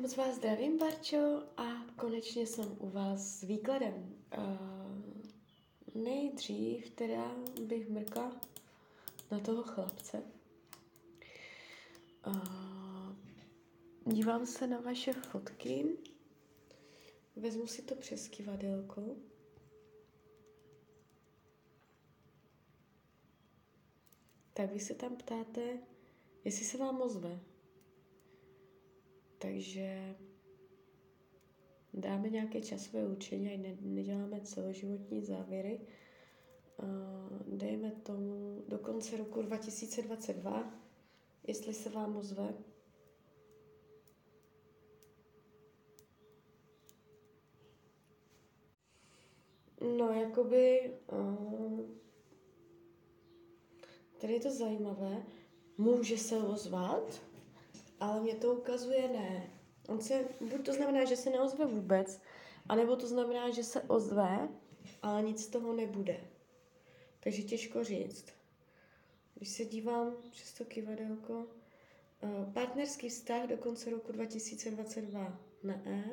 Moc vás zdravím, Barčo, a konečně jsem u vás s výkladem. Nejdřív teda bych mrkla na toho chlapce. Dívám se na vaše fotky. Vezmu si to přes kyvadelko. Tak vy se tam ptáte, jestli se vám ozve. Takže dáme nějaké časové určení, ať neděláme celoživotní závěry. Dejme tomu do konce roku 2022, jestli se vám ozve. No, jakoby, tady je to zajímavé, může se ozvat, ale mě to ukazuje ne. Buď to znamená, že se neozve vůbec, anebo to znamená, že se ozve, ale nic z toho nebude. Takže těžko říct. Když se dívám přes to kyvadelko, partnerský vztah do konce roku 2022 ne.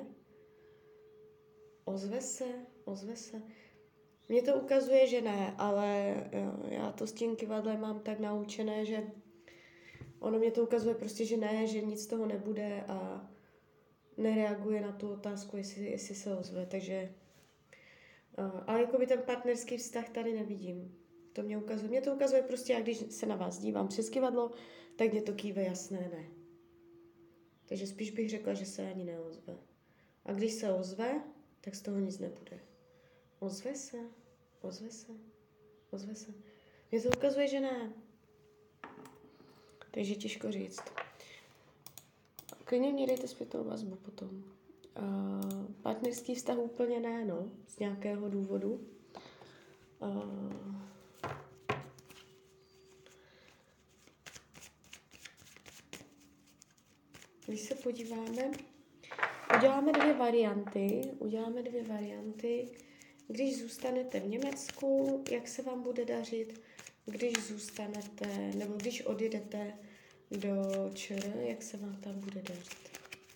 Ozve se. Mně to ukazuje, že ne, ale já to s tím kyvadlem mám tak naučené, že ono mě to ukazuje prostě, že ne, že nic z toho nebude a nereaguje na tu otázku, jestli se ozve, takže ale jakoby ten partnerský vztah tady nevidím. To mě to ukazuje prostě, jak když se na vás dívám přes kyvadlo, tak mě to kýve jasné ne. Takže spíš bych řekla, že se ani neozve. A když se ozve, tak z toho nic nebude. Ozve se. Mně to ukazuje, že ne. Takže těžko říct. Klidně mě dejte zpětnou vazbu potom. Partnerský vztah úplně ne, no, z nějakého důvodu. Když se podíváme, uděláme dvě varianty. Když zůstanete v Německu, jak se vám bude dařit, když zůstanete, nebo když odjedete do ČR, jak se vám tam bude dařit.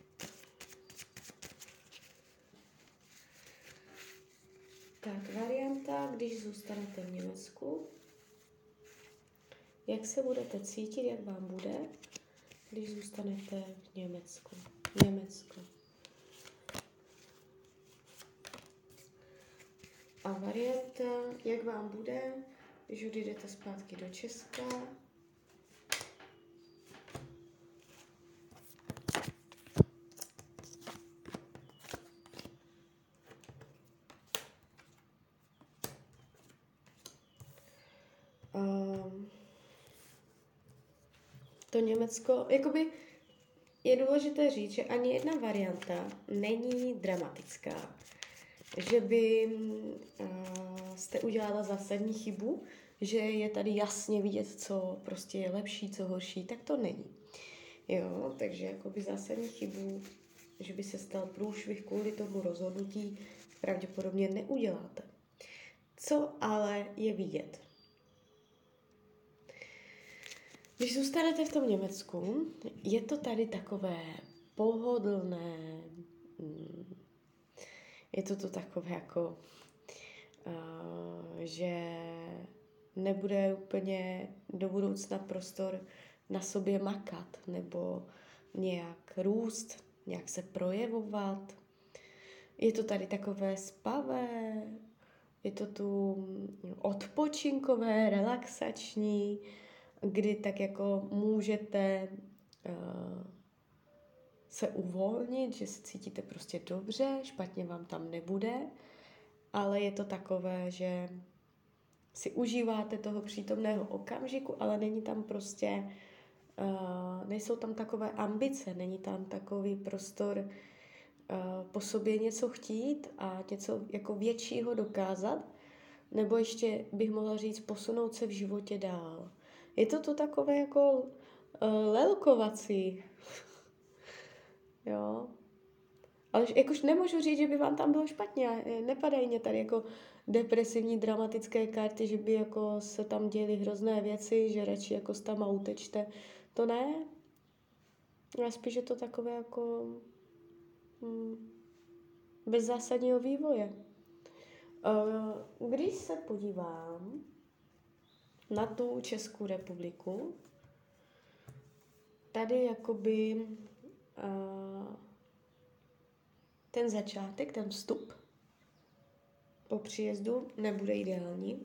Tak, varianta, když zůstanete v Německu, jak se budete cítit, jak vám bude, když zůstanete v Německu. A varianta, jak vám bude, když odjedete zpátky do Česka. To Německo, jakoby je důležité říct, že ani jedna varianta není dramatická. Že by jste udělala zásadní chybu, že je tady jasně vidět, co prostě je lepší, co horší, tak to není. Jo, takže jakoby zásadní chybu, že by se stal průšvih kvůli tomu rozhodnutí, pravděpodobně neuděláte. Co ale je vidět? Když zůstanete v tom Německu, je to tady takové pohodlné, je to takové jako, že nebude úplně do budoucna prostor na sobě makat nebo nějak růst, nějak se projevovat. Je to tady takové spavé, je to tu odpočinkové, relaxační, kdy tak jako můžete se uvolnit, že se cítíte prostě dobře, špatně vám tam nebude, ale je to takové, že si užíváte toho přítomného okamžiku, ale není tam prostě, nejsou tam takové ambice, není tam takový prostor po sobě něco chtít a něco jako většího dokázat, nebo ještě bych mohla říct posunout se v životě dál. Je to takové jako lelkovací. Jo. Ale jakož nemůžu říct, že by vám tam bylo špatně. Nepadají mě tady jako depresivní, dramatické karty, že by jako se tam děly hrozné věci, že radši jako tam utečte. To ne. A spíš je to takové jako bez zásadního vývoje. Když se podívám na tu Českou republiku, tady jakoby ten začátek, ten vstup po příjezdu nebude ideální.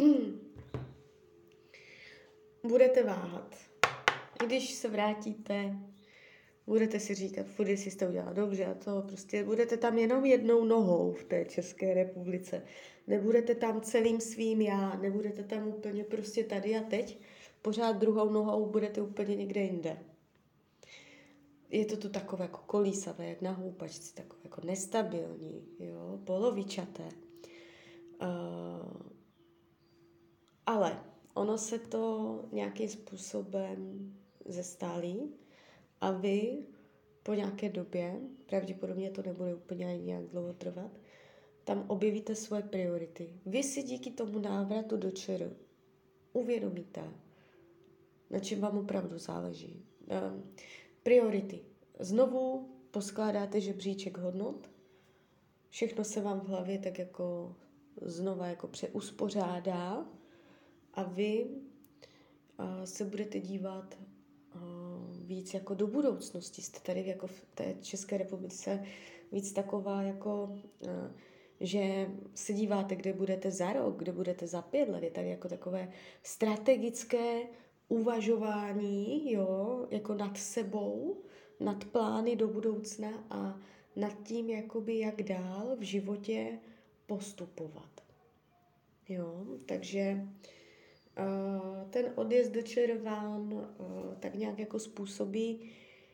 Budete váhat. Když se vrátíte, budete si říkat, furt jestli jste udělala dobře a to prostě budete tam jenom jednou nohou v té České republice. Nebudete tam celým svým já, nebudete tam úplně prostě tady a teď. Pořád druhou nohou budete úplně někde jinde. Je to tu takové jako kolísavé, jak na houpačce, takové jako nestabilní, jo, polovičaté. Ale ono se to nějakým způsobem zestálí a vy po nějaké době, pravděpodobně to nebude úplně ani nějak dlouho trvat, tam objevíte svoje priority. Vy si díky tomu návratu do ČR uvědomíte, na čem vám opravdu záleží. Priority. Znovu poskládáte žebříček hodnot, všechno se vám v hlavě tak jako znova jako uspořádá a vy se budete dívat víc jako do budoucnosti. Jste tady jako v té České republice víc taková jako, že se díváte, kde budete za rok, kde budete za 5 let. Je tady jako takové strategické uvažování, jo, jako nad sebou, nad plány do budoucna a nad tím, jakoby jak dál v životě postupovat. Jo, takže ten odjezd do ČR vám tak nějak jako způsobí,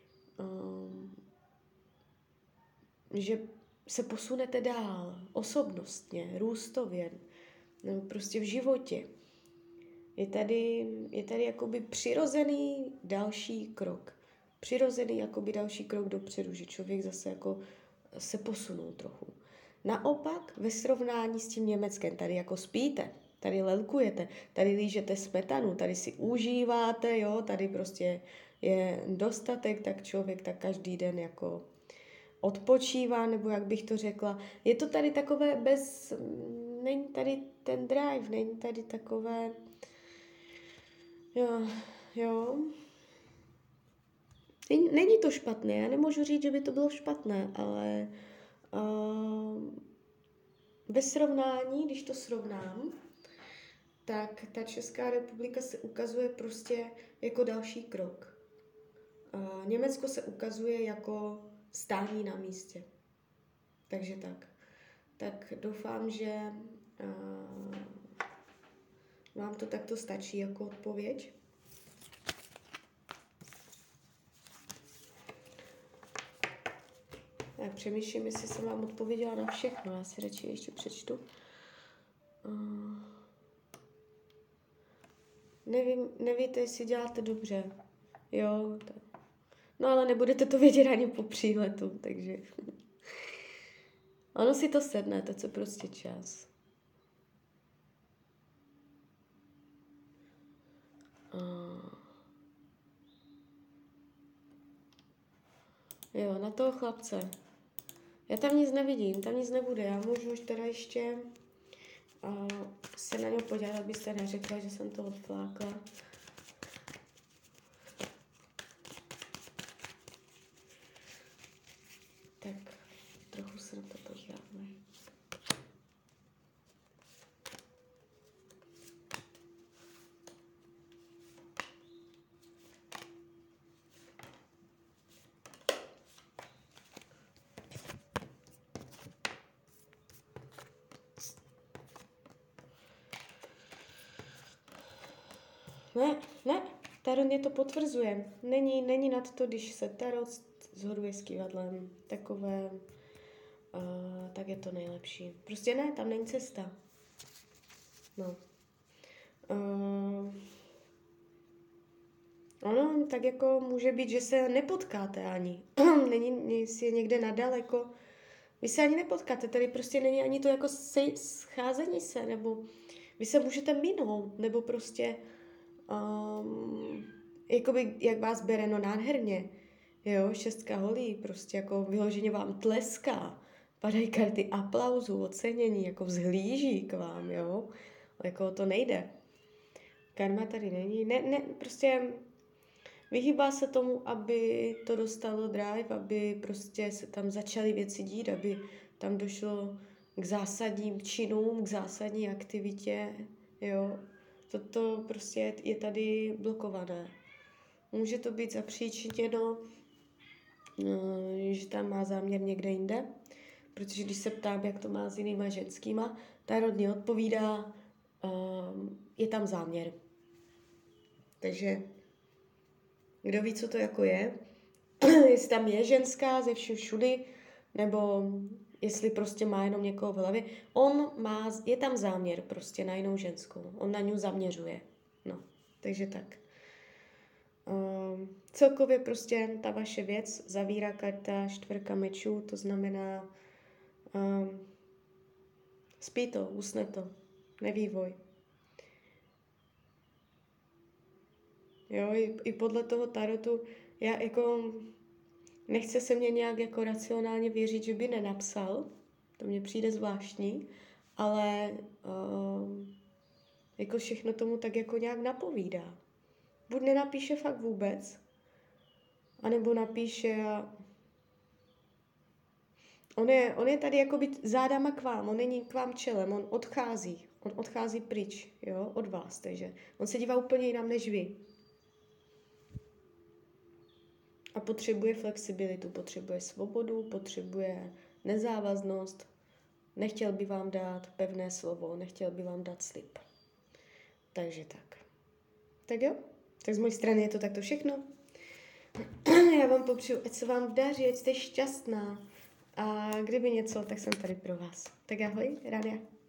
že se posunete dál, osobnostně, růstově, nebo prostě v životě. Je tady jakoby přirozený další krok. Přirozený jakoby další krok dopředu, že člověk zase jako se posunul trochu. Naopak ve srovnání s tím Německem, tady jako spíte, tady lelkujete, tady lížete smetanu, tady si užíváte, jo, tady prostě je dostatek, tak člověk tak každý den jako odpočívá, nebo jak bych to řekla. Je to tady takové není tady ten drive, není tady takové, jo. Není to špatné, já nemůžu říct, že by to bylo špatné, ale ve srovnání, když to srovnám, tak ta Česká republika se ukazuje prostě jako další krok. Německo se ukazuje jako stání na místě. Takže tak. Tak doufám, že vám to takto stačí jako odpověď. Já přemýšlím, jestli jsem vám odpověděla na všechno. Já si radši ještě přečtu. Nevíte, jestli děláte dobře. Jo. No ale nebudete to vědět ani po příletu, takže... Ono si to sedne, to co prostě čas. Jo, na toho chlapce. Já tam nic nevidím, tam nic nebude. Já můžu už teda ještě se na něj podívat, abyste neřekla, že jsem to odflákla. Tak trochu se na to podíváme. Ne, tarot mě to potvrzuje. Není nad to, když se tarot shoduje s kývadlem. Takové, tak je to nejlepší. Prostě ne, tam není cesta. No. Ono tak jako může být, že se nepotkáte ani. Není, jestli je někde nadaleko. Vy se ani nepotkáte, tady prostě není ani to jako scházení se, nebo vy se můžete minout, nebo prostě jakoby, jak vás bere, no nádherně. Jo, 6 holí, prostě jako vyloženě vám tleská. Padají karty aplauzu, ocenění, jako vzhlíží k vám, jo. Jako to nejde. Karma tady není. Ne, prostě vyhýbá se tomu, aby to dostalo drive, aby prostě se tam začaly věci dít, aby tam došlo k zásadním činům, k zásadní aktivitě, jo. Toto prostě je tady blokované. Může to být zapříčiněno, že tam má záměr někde jinde, protože když se ptám, jak to má s jinýma ženskýma, ta rodně odpovídá, je tam záměr. Takže kdo ví, co to jako je, jestli tam je ženská ze všudy, nebo jestli prostě má jenom někoho v hlavě. Je tam záměr prostě na jinou ženskou. On na ňu zaměřuje. No, takže tak. Celkově prostě ta vaše věc zavírá karta 4 mečů, to znamená spí to, usne to, nevývoj. Jo, i podle toho tarotu, já jako nechce se mě nějak jako racionálně věřit, že by nenapsal, to mně přijde zvláštní, ale jako všechno tomu tak jako nějak napovídá. Buď nenapíše fakt vůbec, anebo napíše a on je tady jako být zádama k vám, on není k vám čelem, on odchází pryč, jo, od vás, takže on se dívá úplně jinam než vy. A potřebuje flexibilitu, potřebuje svobodu, potřebuje nezávaznost, nechtěl by vám dát pevné slovo, nechtěl by vám dát slib. Takže tak. Tak jo, tak z mojí strany je to takto všechno. Já vám popřeju, ať se vám daří, ať jste šťastná. A kdyby něco, tak jsem tady pro vás. Tak ahoj, Rania.